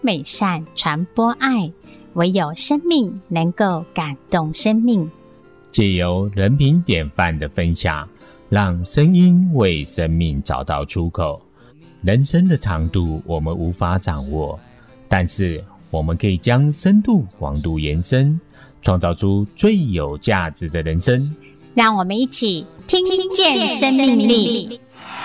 美善，传播爱，唯有生命能够感动生命。 借由人品典范的分享，让声音为生命找到出口。人生的长度我们无法掌握，但是我们可以将深度广度延伸，创造出最有价值的人生。 让我们一起听见生命力。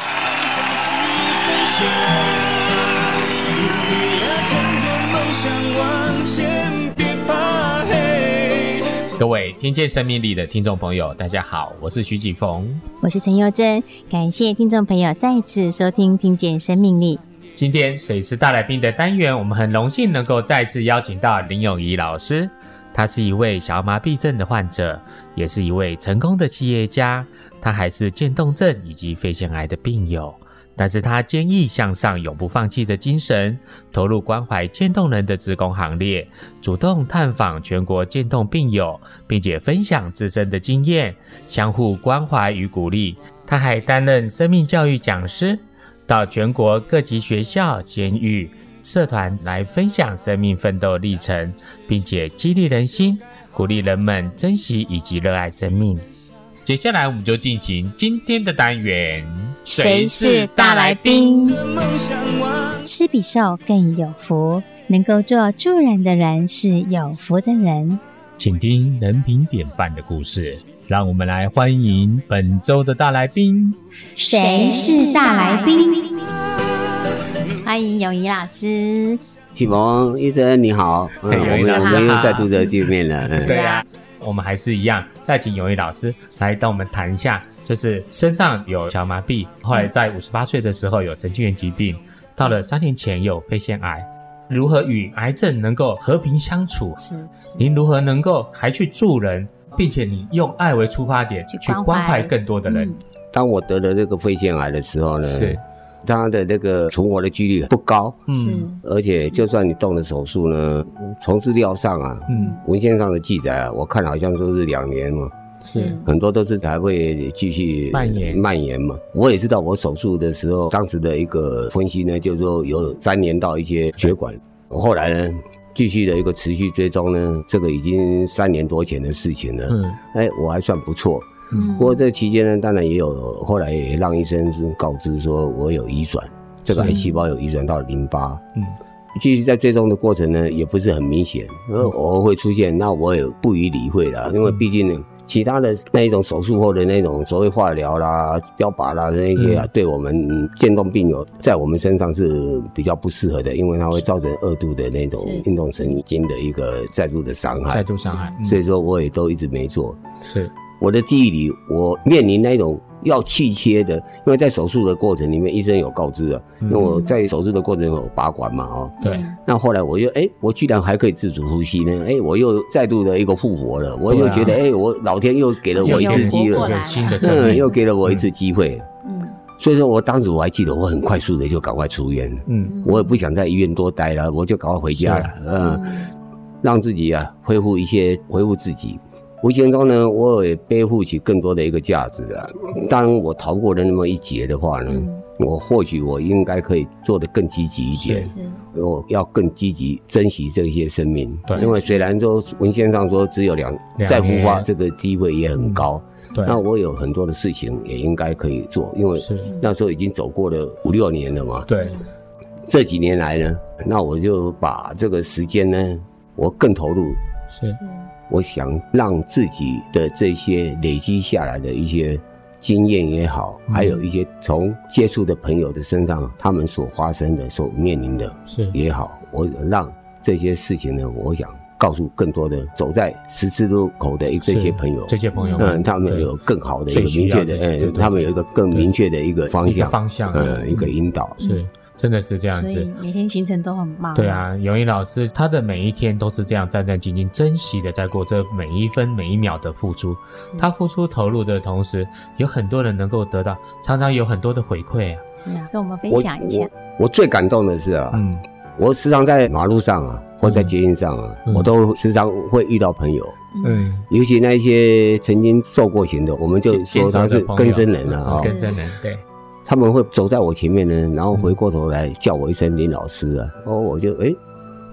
各位听见生命力的听众朋友，大家好，我是徐启逢， 我是陈佑珍，感谢听众朋友再次收听听见生命力。 今天水师大来宾的单元，我们很荣幸能够再次邀请到林永仪老师。他是一位小儿麻痹症的患者，也是一位成功的企业家，他还是渐冻症以及肺腺癌的病友。但是他坚毅向上，永不放弃的精神，投入关怀渐冻人的志工行列，主动探访全国渐冻病友，并且分享自身的经验，相互关怀与鼓励。他还担任生命教育讲师，到全国各级学校、监狱、社团来分享生命奋斗历程，并且激励人心，鼓励人们珍惜以及热爱生命。接下来我们就进行今天的单元， 谁是大来宾？施比受更有福，能够做助人的人是有福的人。 请听人品典范的故事，让我们来欢迎本周的大来宾。 谁是大来宾？欢迎永仪老师。 启蒙医生你好，我们又再度的见面了。 对啊，我们还是一样，再请永仪老师来跟我们谈一下，就是身上有小麻痹，后来在58岁的时候有神经元疾病，到了3年前有肺腺癌，如何与癌症能够和平相处？您如何能够还去助人，并且你用爱为出发点去关怀更多的人？ 当我得了这个肺腺癌的时候呢，它的那个存活的几率不高，而且就算你动了手术呢，从资料上啊，文献上的记载啊，我看好像都是2年嘛，很多都是还会继续蔓延嘛。我也知道我手术的时候，当时的一个分析呢，就是说有沾连到一些血管，我后来呢继续的一个持续追踪呢，这个已经3年多前的事情了，我还算不错。不过这期间呢，当然也有后来也让医生告知说我有移转，这个癌细胞有移转到淋巴。继续在追踪的过程呢，也不是很明显，偶尔会出现，那我也不予理会了，因为毕竟呢，其他的那一种手术后的那种所谓化疗啦、标靶啦那些啊，对我们渐冻病友在我们身上是比较不适合的，因为它会造成2度的那种运动神经的一个再度的伤害。所以说我也都一直没做。我的记忆里，我面临那种要气切的，因为在手术的过程里面，医生有告知啊，因为我在手术的过程有拔管嘛， 对。 那后来我就我居然还可以自主呼吸呢，我又再度的一个复活了，我又觉得我老天又给了我一次机会， 新的生命， 又给了我一次机会。所以说我当时我还记得，我很快速的就赶快出院，我也不想在医院多待了，我就赶快回家了，让自己啊恢复自己。无形中呢，我也背负起更多的一个价值啊。当我逃过了那么一劫的话呢，我或许我应该可以做得更积极一点，我要更积极珍惜这些生命。因为虽然说文献上说只有再复发这个机会也很高，那我有很多的事情也应该可以做，因为那时候已经走过了5、6年了嘛。这几年来呢，那我就把这个时间呢，我更投入。我想让自己的这些累积下来的一些经验也好，还有一些从接触的朋友的身上，他们所发生的、所面临的也好，我让这些事情呢，我想告诉更多的走在十字路口的这些朋友，他们有更好的一个明确的，他们有一个更明确的一个方向，一个引导。 真的是这样子， 所以每天行程都很忙。 对啊，永仪老师他的每一天都是这样战战兢兢、珍惜的在过这每一分每一秒的付出。他付出投入的同时，有很多人能够得到，常常有很多的回馈啊。 是啊，跟我们分享一下。 我最感动的是啊，我时常在马路上啊，或在捷运上啊，我都时常会遇到朋友。尤其那些曾经受过刑的，我们就说他是更生人啊， 更生人，对。 他们会走在我前面呢，然后回过头来叫我一声林老师啊，我就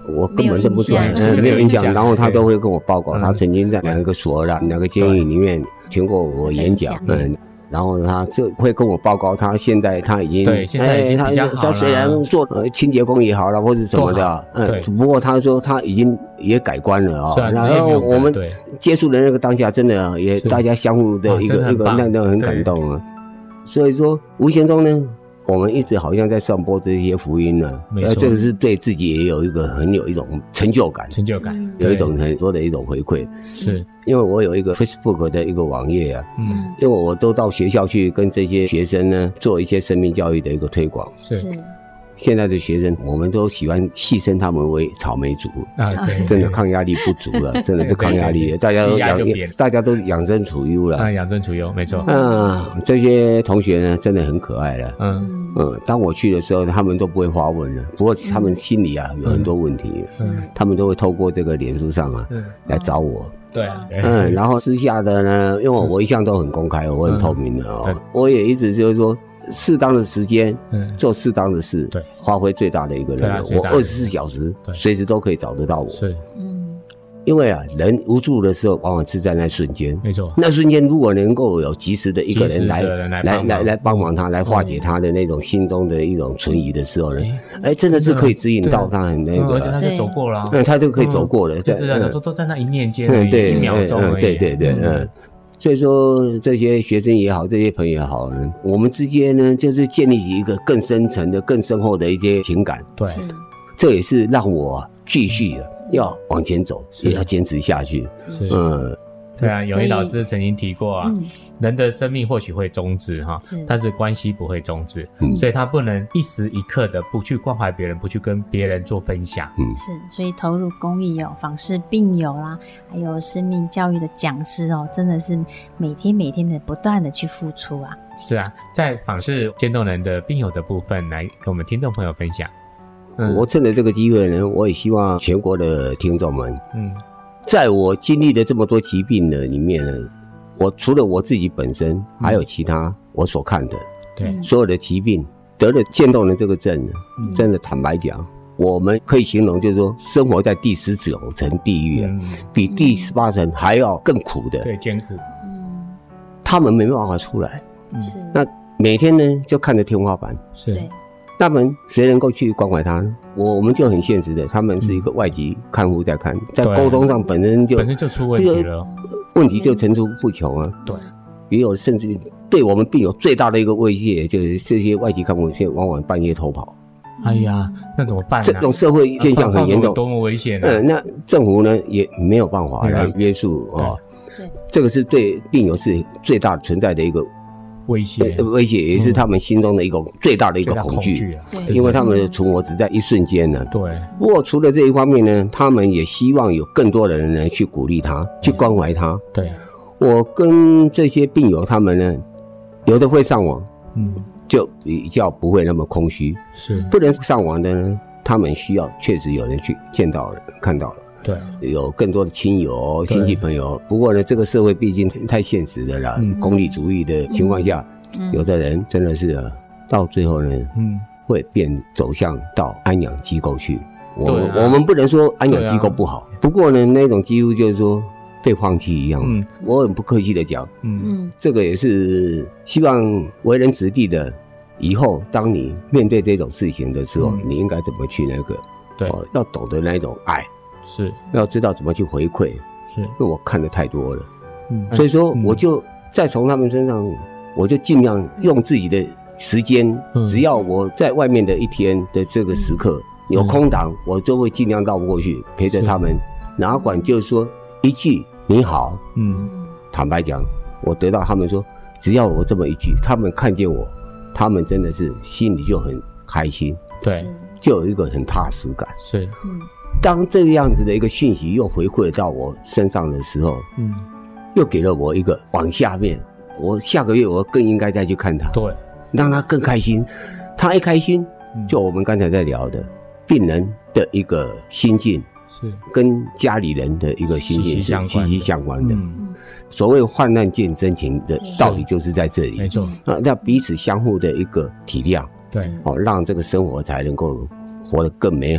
我根本认不出来，没有印象。然后他都会跟我报告，他曾经在哪个所啦、哪个监狱里面听过我演讲，然后他就会跟我报告，他现在他已经对，现在已经比较好了。 他虽然做清洁工也好了，或者什么的，不过他说他已经也改观了啊。然后我们接触的那个当下，真的也大家相互的一个那很感动啊。所以说，无形中呢，我们一直好像在散播这些福音呢，这个是对自己也有一种成就感，有一种很多的一种回馈。是，因为我有一个 Facebook 的一个网页啊，因为我都到学校去跟这些学生呢做一些生命教育的一个推广。是。现在的学生，我们都喜欢戏称他们为草莓族啊，对，真的抗压力不足了，真的是抗压力，大家都养生处优了， 养生处优，没错。 这些同学呢，真的很可爱了，当我去的时候，他们都不会发问了，不过他们心里啊有很多问题，他们都会透过这个脸书上啊来找我。 对啊， 然后私下的呢，因为我一向都很公开，我很透明的哦，我也一直就是说。适当的时间，做适当的事，对，发挥最大的一个能力。我24小时随时都可以找得到我。是，因为啊，人无助的时候，往往是在那瞬间。没错，那瞬间如果能够有及时的一个人来帮忙他，来化解他的那种心中的一种存疑的时候呢，真的是可以指引到他很那个。 而且他就走过了， 他就可以走过了。 就是有时候都在那一念间，1秒钟而已。 对。所以说，这些学生也好，这些朋友也好呢，我们之间呢，就是建立起一个更深层的、更深厚的一些情感。对，这也是让我继续要往前走，也要坚持下去。 对啊，永毅老师曾经提过啊，人的生命或许会终止哈，但是关系不会终止，所以他不能一时一刻的不去关怀别人，不去跟别人做分享。 是，所以投入公益访视病友啦，还有生命教育的讲师真的是每天的不断的去付出啊。 是啊，在访视渐冻人的病友的部分，来跟我们听众朋友分享。 我趁着这个机会呢，我也希望全国的听众们，在我经历的这么多疾病的里面呢，我除了我自己本身，还有其他我所看的，对所有的疾病得了渐冻人这个症呢，真的坦白讲，我们可以形容就是说，生活在第19层地狱啊，比第18层还要更苦的， 对，艰苦。 他们没办法出来，是那每天呢就看着天花板，是。那么谁能够去关怀他呢？我们就很现实的，他们是一个外籍看护在看，在沟通上本身就出问题了， 问题就层出不穷啊。对，也有甚至对我们病友最大的一个威胁，就是这些外籍看护现在往往半夜偷跑。 哎呀，那怎么办呢？ 这种社会现象很严重， 多么危险啊！ 那政府呢也没有办法来约束啊。对，这个是对病友是最大存在的一个威胁也是他们心中的一个最大的一个恐惧，因为他们的存活只在一瞬间呢。对。不过除了这一方面呢，他们也希望有更多的人呢去鼓励他，去关怀他。对。我跟这些病友他们呢，有的会上网，就比较不会那么空虚。是。不能上网的呢，他们需要确实有人去见到了，看到了。对，有更多的亲友、亲戚朋友。不过呢，这个社会毕竟太现实的啦，功利主义的情况下，有的人真的是到最后呢，会走向到安养机构去。我们不能说安养机构不好，不过呢，那种几乎就是说被放弃一样。我很不客气的讲，这个也是希望为人子弟的，以后当你面对这种事情的时候，你应该怎么去那个？对，要懂得那种爱。是要知道怎么去回馈，是因为我看的太多了，所以说我就再从他们身上，我就尽量用自己的时间，只要我在外面的一天的这个时刻有空档，我就会尽量绕过去陪着他们，哪管就是说一句你好，坦白讲，我得到他们说，只要我这么一句，他们看见我，他们真的是心里就很开心，对，就有一个很踏实感，是，当这个样子的一个讯息又回馈到我身上的时候，又给了我一个往下面，我下个月我更应该再去看他，对，让他更开心。他一开心，就我们刚才在聊的，病人的一个心境是跟家里人的一个心境是息息相关的。所谓患难见真情的道理就是在这里，没错啊，那彼此相互的一个体谅，对，让这个生活才能够活得更美好。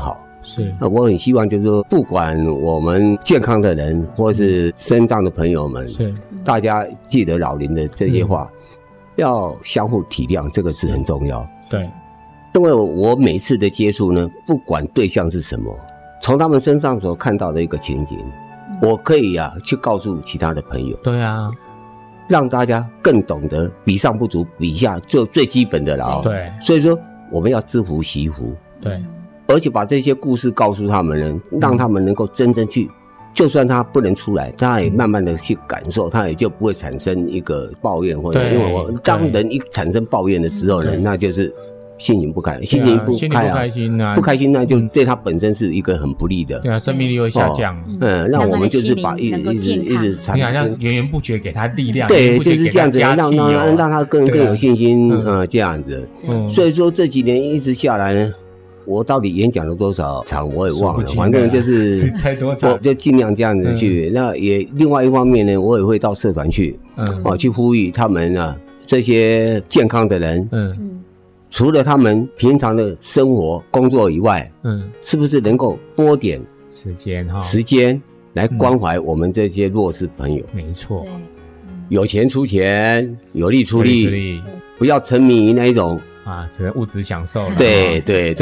是， 我很希望就是说，不管我们健康的人或是身障的朋友们， 是大家记得老林的这些话，要相互体谅，这个是很重要。 对， 因为我每次的接触呢，不管对象是什么，从他们身上所看到的一个情景，我可以去告诉其他的朋友。 对啊， 让大家更懂得比上不足，比下就最基本的了。 对， 所以说我们要知福惜福。 对， 而且把这些故事告诉他们呢，让他们能够真正去，就算他不能出来，他也慢慢的去感受，他也就不会产生一个抱怨或者，因为我当人一产生抱怨的时候呢，那就是心情不开，心情不开啊，不开心那就对他本身是一个很不利的， 对啊，生命力会下降。 那我们就是把一直你好像源源不绝给他力量， 对，就是这样子，让他更有信心，这样子。所以说这几年一直下来呢，我到底演讲了多少场我也忘了，反正就是太多场， 我就尽量这样子去。那也另外一方面呢，我也会到社团去，去呼吁他们这些健康的人，除了他们平常的生活工作以外，是不是能够拨点时间来关怀我们这些弱势朋友？ 没错， 有钱出钱，有力出力，不要沉迷于那一种只能物质享受了。 对，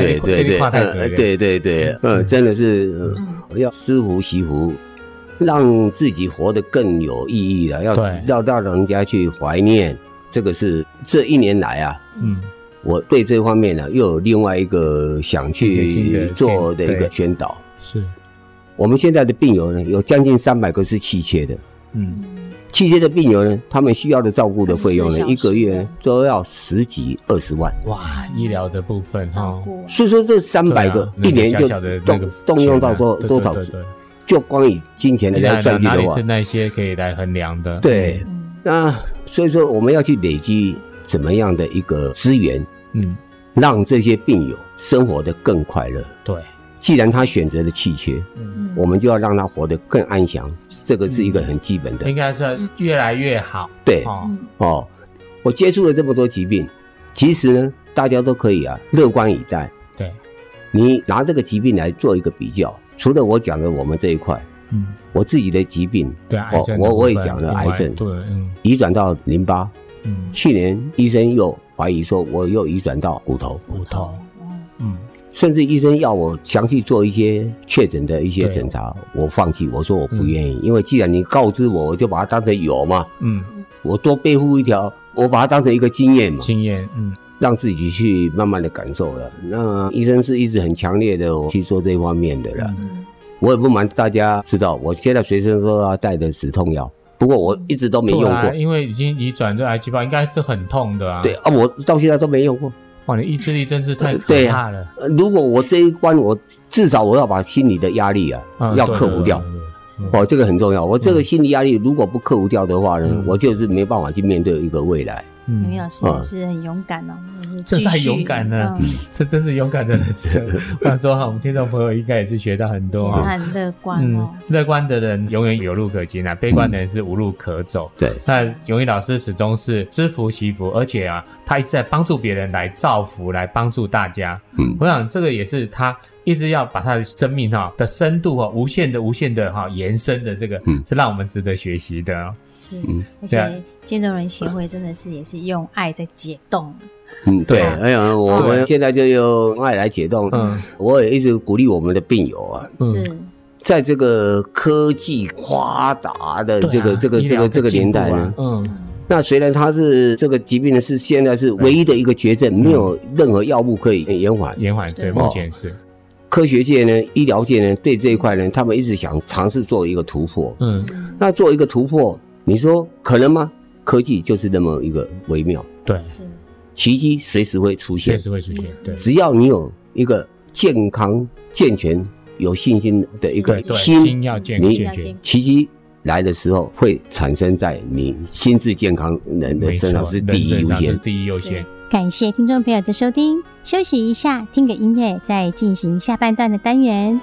真的是要知福惜福，让自己活得更有意义了。要让人家去怀念，这个是这一年来我对这方面呢，又有另外一个想去做的一个宣导。 是，我们现在的病友呢，有将近300个是气切的。气切的病友呢，他们需要的照顾的费用呢，一个月呢都要10几20万。 哇，医疗的部分所以说这300个一年就动用到多少？就光以金钱来算计的话， 哪里是那些可以来衡量的？ 对，那所以说我们要去累积怎么样的一个资源？让这些病友生活得更快乐。 对， 既然他选择了气切，我们就要让他活得更安详，这个是一个很基本的， 应该是越来越好。 对，我接触了这么多疾病，其实呢，大家都可以乐观以待。 对， 你拿这个疾病来做一个比较，除了我讲的我们这一块，我自己的疾病， 对，癌症我也讲了癌症， 对， 移转到淋巴，去年医生又怀疑说我又移转到骨头，甚至医生要我详细做一些确诊的一些检查，我放弃，我说我不愿意，因为既然你告知我，我就把它当成有嘛，我多背负一条，我把它当成一个经验嘛，让自己去慢慢的感受了。那医生是一直很强烈的去做这方面的了，我也不瞒大家知道，我现在随身都要带的止痛药。不过我一直都没用过， 因为已经移转这癌细胞应该是很痛的啊。 对啊，我到现在都没用过。 哇，你意志力真是太可怕了。 如果我这一关，我至少我要把心理的压力要克服掉。这个很重要。我这个心理压力如果不克服掉的话呢，我就是没办法去面对一个未来。 林老师也是很勇敢哦， 这太勇敢了，这真是勇敢的人生。我想说我们听众朋友应该也是学到很多很乐观乐观的人永远有路可行悲观的人是无路可走。 对， 那永义老师始终是知福惜福，而且他一直在帮助别人来造福，来帮助大家。我想这个也是他一直要把他的生命的深度无限的延伸的，这个是让我们值得学习的。 是，而且渐冻人协会真的是也是用爱在解冻。 对，我们现在就用爱来解冻。我也一直鼓励我们的病友是在这个科技发达的这个年代呢，那虽然它是这个疾病呢是现在是唯一的一个绝症，没有任何药物可以延缓。 对，目前是。 科学界呢，医疗界呢，对这一块呢，他们一直想尝试做一个突破。那做一个突破，你说可能吗？科技就是那么一个微妙。 对， 奇迹随时会出现。 对， 只要你有一个健康、健全、有信心的一个心要健全， 奇迹来的时候会产生在你心智健康人的身上，是第一优先。 感谢听众朋友的收听，休息一下，听个音乐，再进行下半段的单元。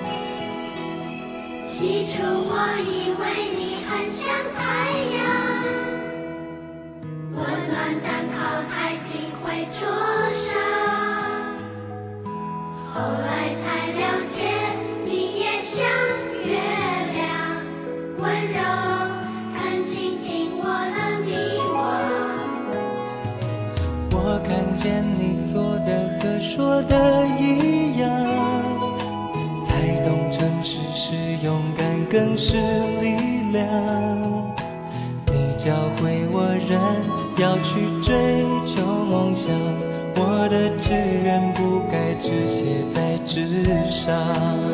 起初我以为你很像太阳，温暖单靠太近会灼伤，后来才了解，你也像月亮，温柔很倾听我的迷惘。 我看见你做的和说的一样，才懂诚实是勇敢更是力量。你教会我人要去追求梦想，我的志愿不该只写在纸上。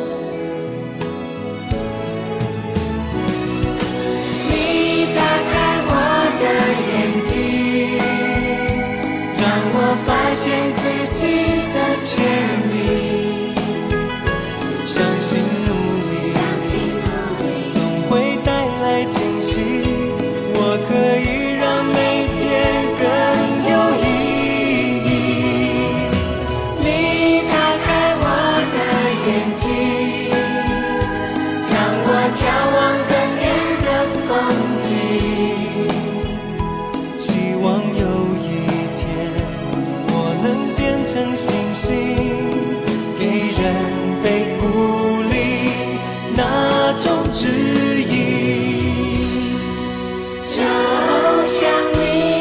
你打开我的眼睛，让我发现自己的潜力，相信努力总会带来惊喜，我可以让每天更有意义。你打开我的眼睛，让我眺望更远的风景，希望有一天我能变成星星，给人被鼓励那种指引，就像你。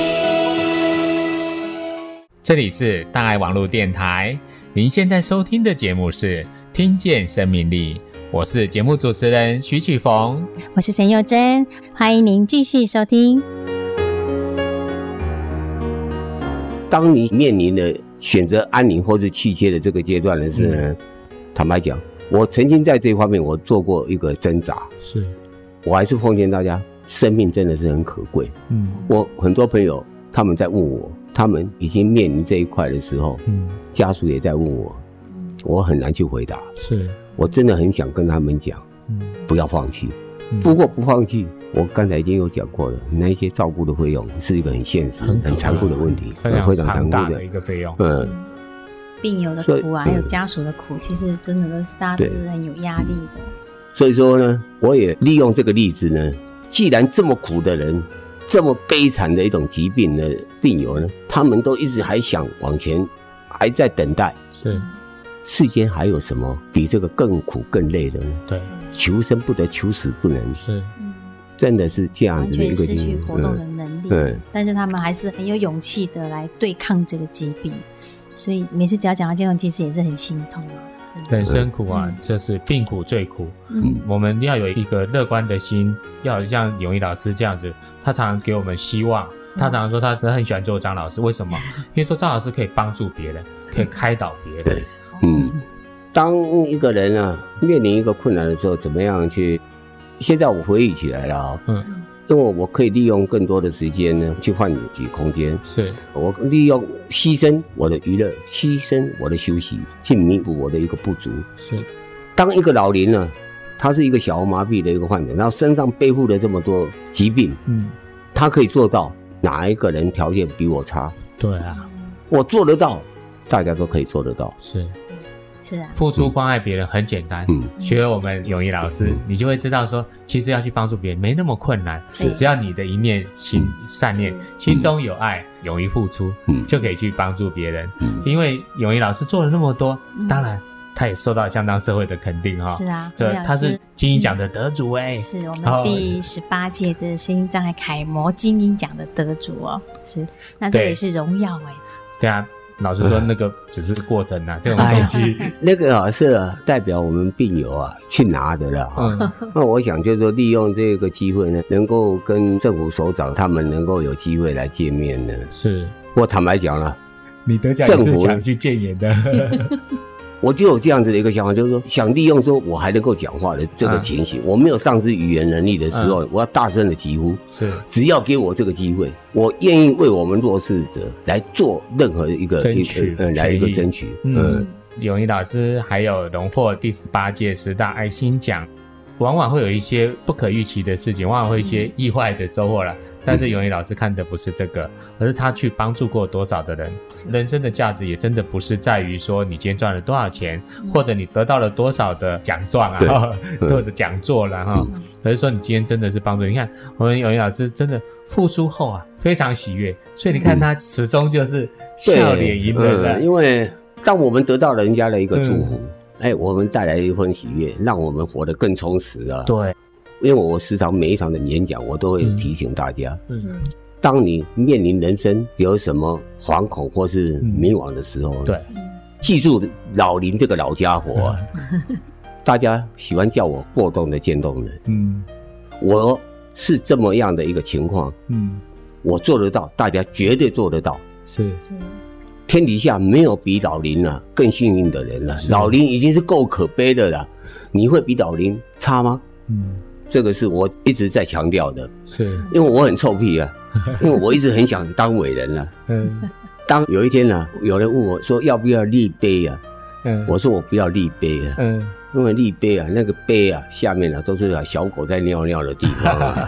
这里是大爱网络电台，您现在收听的节目是听见生命力，我是节目主持人徐启逢， 我是陈佑珍，欢迎您继续收听。 当你面临了选择安宁或是弃切的这个阶段的时候呢，坦白讲，我曾经在这方面我做过一个挣扎， 是我还是奉劝大家，生命真的是很可贵。我很多朋友他们在问我，他们已经面临这一块的时候，家属也在问我，我很难去回答。 是我真的很想跟他们讲，不要放弃。不过不放弃，我刚才已经有讲过了，那一些照顾的费用是一个很现实、很残酷的问题， 非常庞大的一个费用。 病友的苦啊，还有家属的苦，其实真的都是大家都是很有压力的。 所以说呢，我也利用这个例子呢，既然这么苦的人，这么悲惨的一种疾病的病友呢，他们都一直还想往前，还在等待。 是， 世间还有什么比这个更苦更累的呢？ 对， 求生不得，求死不能。 是， 真的是这样子的一个完全失去活动的能力。但是他们还是很有勇气的来对抗这个疾病。所以每次只要讲到健康，其实也是很心痛啊。 人生苦啊，就是病苦最苦。我们要有一个乐观的心，要像永仪老师这样子，他常常给我们希望。他常常说他很喜欢做张老师，为什么？因为做张老师可以帮助别人，可以开导别人。 当一个人啊面临一个困难的时候，怎么样去？现在我回忆起来了因为我可以利用更多的时间呢，去换取空间。 是我利用牺牲我的娱乐，牺牲我的休息，去弥补我的一个不足。 是， 当一个老龄呢，他是一个小儿麻痹的一个患者，然后身上背负了这么多疾病，他可以做到，哪一个人条件比我差？ 对啊， 我做得到，大家都可以做得到。 是啊， 付出关爱别人很简单。学了我们永仪老师，你就会知道说，其实要去帮助别人没那么困难，只要你的一念心善念，心中有爱，勇于付出，就可以去帮助别人。因为永仪老师做了那么多，当然他也受到相当社会的肯定是啊， 他是金鹰奖的得主是我们第18届的身心障碍楷模金鹰奖的得主是，那这也是荣耀对啊。老实说，那个只是过程啊，这种东西， 那个是代表我们病友去拿的了那我想就是说，利用这个机会呢，能够跟政府首长他们能够有机会来见面呢。 是， 我坦白讲了， 你得奖是想去见言的。 我就有这样子的一个想法，就是说想利用说我还能够讲话的这个情形，我没有丧失语言能力的时候，我要大声的疾呼，只要给我这个机会，我愿意为我们弱势者来做任何一个争取， 来一个争取。 永仪老师还有荣获第18届10大爱心奖，往往会有一些不可预期的事情，往往会有一些意外的收获了。但是永仪老师看的不是这个，而是他去帮助过多少的人。人生的价值也真的不是在于说你今天赚了多少钱，或者你得到了多少的奖状或者讲座了而是说你今天真的是帮助。你看我们永仪老师真的付出后非常喜悦，所以你看他始终就是笑脸迎人因为当我们得到人家的一个祝福， 我们带来一份喜悦，让我们活得更充实啊。 对， 因为我时常每一场的演讲，我都会提醒大家，当你面临人生有什么惶恐或是迷惘的时候， 对， 记住老林这个老家伙啊，大家喜欢叫我过动的渐冻人，我是这么样的一个情况，我做得到，大家绝对做得到， 是。 天底下没有比老林更幸运的人了，老林已经是够可悲的了，你会比老林差吗？这个是我一直在强调的， 是因为我很臭屁啊，因为我一直很想当伟人啊。当有一天有人问我说要不要立碑啊，我说我不要立碑啊，因为立碑那个碑下面都是小狗在尿尿的地方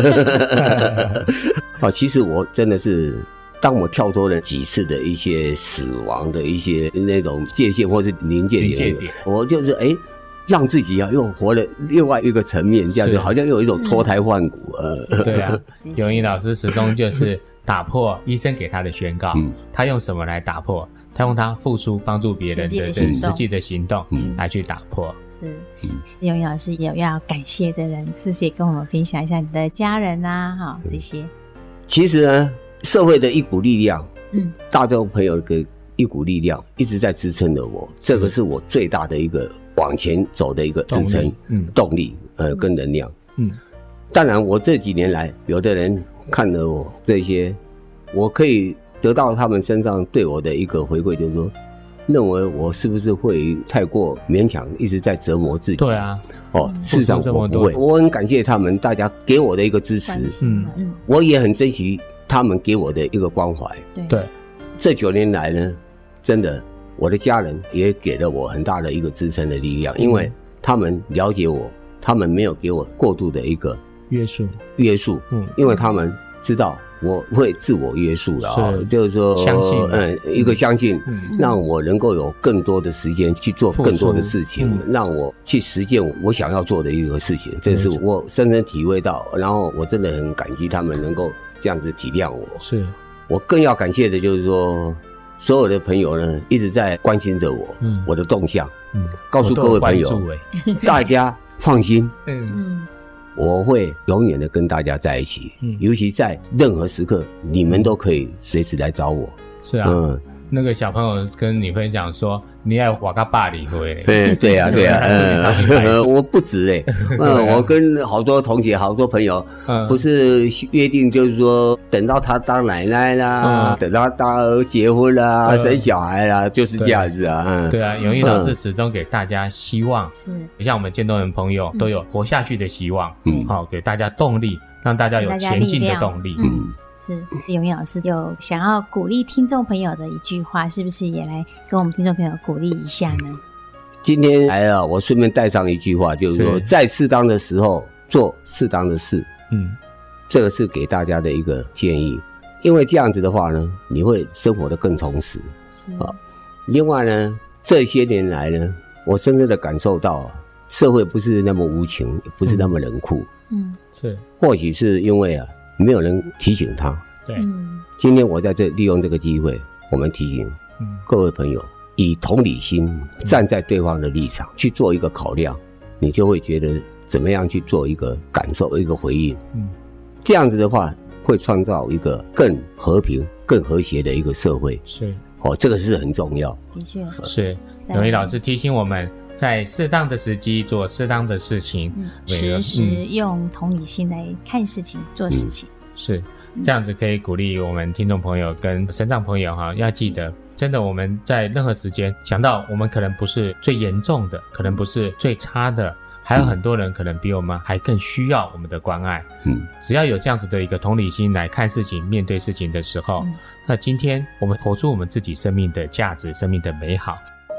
其实我真的是。当我跳脱了几次的一些死亡的一些那种界限或是临界点，我就是让自己又活了另外一个层面，这样子好像又有一种脱胎换骨。 对啊，永仪老师始终就是打破医生给他的宣告，他用什么来打破？他用他付出帮助别人的实际的行动来去打破。 是，永仪老师有要感谢的人，是不是也跟我们分享一下你的家人啊？这些。 其实呢。社会的一股力量，大众朋友的一股力量一直在支撑着我，这个是我最大的一个往前走的一个支撑动力跟能量。当然我这几年来，有的人看了我这些，我可以得到他们身上对我的一个回馈，就是说认为我是不是会太过勉强，一直在折磨自己。 对啊， 事实上我不会，我很感谢他们大家给我的一个支持，我也很珍惜他们给我的一个关怀。 对， 这9年来呢，真的我的家人也给了我很大的一个支撑的力量，因为他们了解我，他们没有给我过度的一个约束，因为他们知道我会自我约束了，就是说相信， 一个相信，让我能够有更多的时间去做更多的事情，让我去实践我想要做的一个事情，这是我深深体会到，然后我真的很感激他们能够这样子体谅我。 是， 我更要感谢的就是说，所有的朋友呢一直在关心着我，我的动向，告诉各位朋友，大家放心，我会永远的跟大家在一起，尤其在任何时刻，你们都可以随时来找我。 是啊，那个小朋友跟你分享说，你要我跟爸离婚。 对啊，我不止我跟好多同学、好多朋友，不是约定，就是说等到他当奶奶啦，等到他结婚啦、生小孩啦，就是这样子啊。 对啊，永仪老师始终给大家希望，是像我们渐冻人朋友都有活下去的希望，给大家动力，让大家有前进的动力。 是永仪老师有想要鼓励听众朋友的一句话，是不是也来跟我们听众朋友鼓励一下呢？ 今天来了，我顺便带上一句话，就是说在适当的时候做适当的事。这个是给大家的一个建议，因为这样子的话呢，你会生活得更充实。是另外呢，这些年来呢，我深深的感受到社会不是那么无情，不是那么冷酷。 是， 或许是因为没有人提醒他。 对， 今天我在这利用这个机会，我们提醒各位朋友，以同理心站在对方的立场去做一个考量，你就会觉得怎么样去做一个感受、一个回应。这样子的话，会创造一个更和平、更和谐的一个社会。 是， 这个是很重要。 的确是。永仪老师提醒我们，在适当的时机做适当的事情， 时时用同理心来看事情、做事情。 是这样子，可以鼓励我们听众朋友跟身障朋友要记得，真的我们在任何时间想到我们可能不是最严重的，可能不是最差的，还有很多人可能比我们还更需要我们的关爱。只要有这样子的一个同理心来看事情、面对事情的时候，那今天我们活出我们自己生命的价值、生命的美好。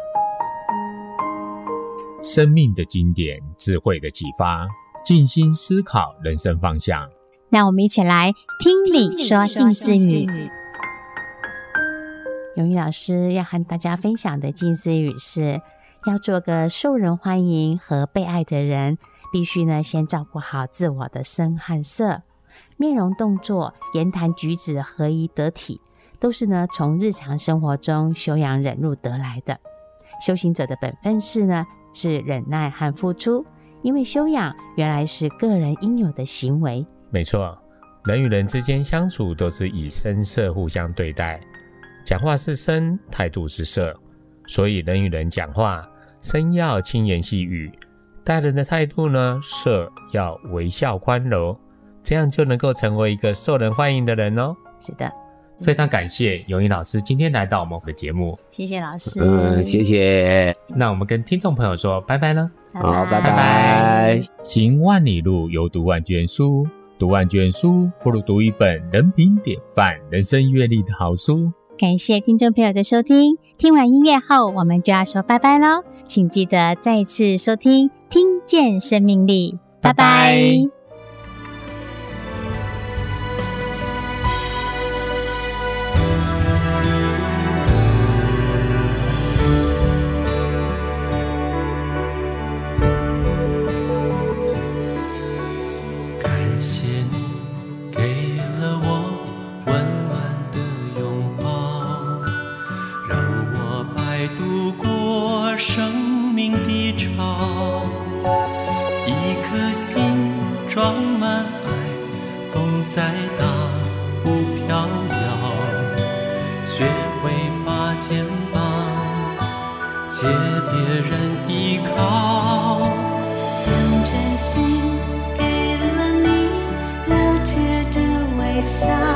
生命的经典，智慧的启发，静心思考人生方向。 那我们一起来听理说近似语。永仪老师要和大家分享的近似语是，要做个受人欢迎和被爱的人，必须呢先照顾好自我的声和色，面容动作、言谈举止合一得体，都是呢从日常生活中修养忍辱得来的。 修行者的本分是呢，是忍耐和付出，因为修养原来是个人应有的行为。 没错，人与人之间相处都是以声色互相对待，讲话是声，态度是色，所以人与人讲话，声要轻言细语，待人的态度呢，色要微笑宽柔，这样就能够成为一个受人欢迎的人哦。 是的， 非常感谢永仪老师今天来到我们的节目。 谢谢老师。 谢谢。 那我们跟听众朋友说拜拜了。 好，拜拜。 行万里路，犹读万卷书，读万卷书不如读一本人品典范、人生阅历的好书。 感谢听众朋友的收听，听完音乐后我们就要说拜拜咯，请记得再次收听听见生命力，拜拜。 再大不飘摇，学会把肩膀借别人依靠， 用真心给了你，了解的微笑。